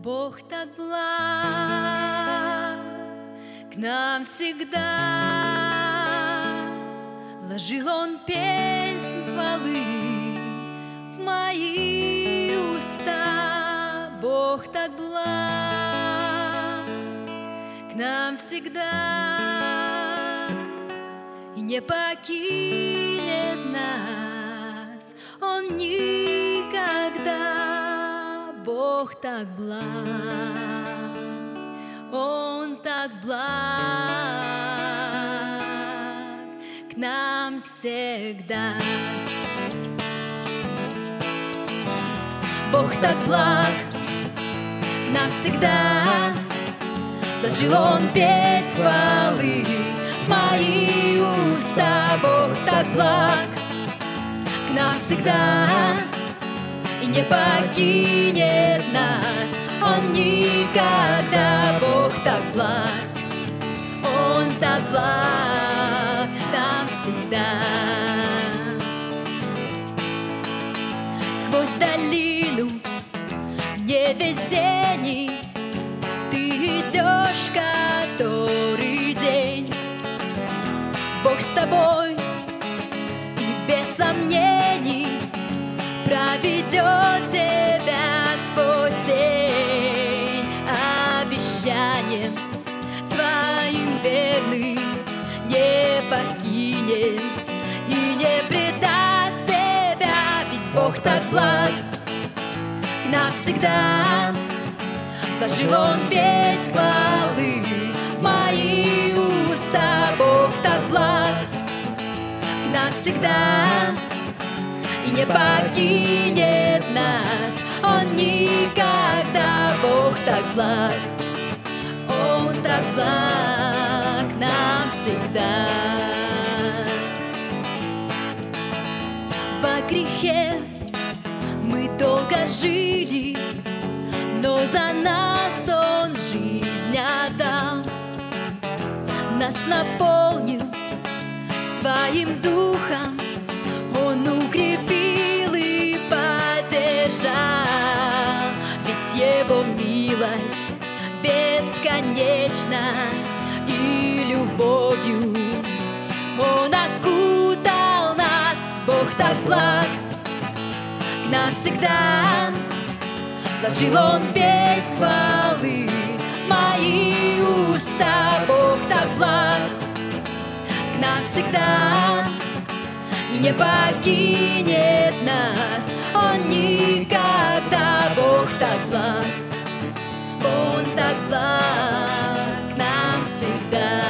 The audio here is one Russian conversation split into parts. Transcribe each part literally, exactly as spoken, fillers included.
Бог так благ к нам всегда. Вложил Он песнь хвалы в мои уста. Бог так благ к нам всегда и не покинет нас Он никогда. Бог так благ, Он так благ к нам всегда. Бог так благ к нам всегда. Вложил Он песнь хвалы в мои уста. Бог так благ к нам всегда и не покинет нас Он никогда. Бог так благ, Он так благ нам всегда. Сквозь долину невезений ты идешь который день. Бог с тобой и без сомнений проведет тебя сквозь день. Обещанием своим верным не покинет и не предаст тебя. Ведь Бог так благ навсегда. Вложил Он песнь хвалы в мои уста. Бог так благ навсегда и не покинет нас Он никогда. Бог так благ, Он так благ нам всегда. Во грехе мы долго жили, но за нас Он жизнь отдал. Нас наполнил своим духом, Он укрепил и поддержал. Ведь Его милость бесконечна, и любовью Он окутал нас. Бог так благ к нам всегда. Вложил Он песнь хвалы в мои уста. Бог так благ к нам всегда и не покинет нас Он никогда. Бог так благ, Он так благ к нам всегда.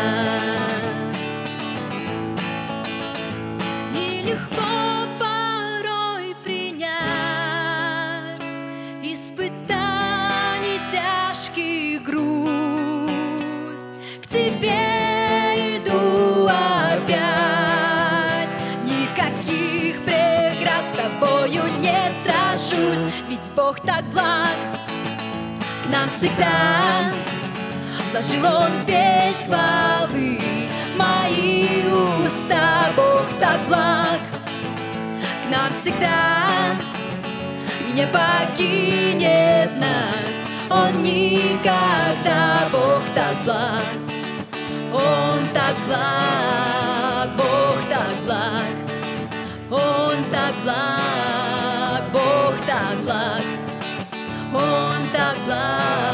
И легко порой принять испытаний тяжкий груз. К Тебе иду опять, никаких преград с Тобою не страшусь. Ведь Бог так благ к нам всегда. Вложил Он песнь хвалы в мои уста. Бог так благ к нам всегда и не покинет нас Он никогда. Бог так благ, Он так благ. Бог так благ, Он так благ. Бог так благ, Он так благ.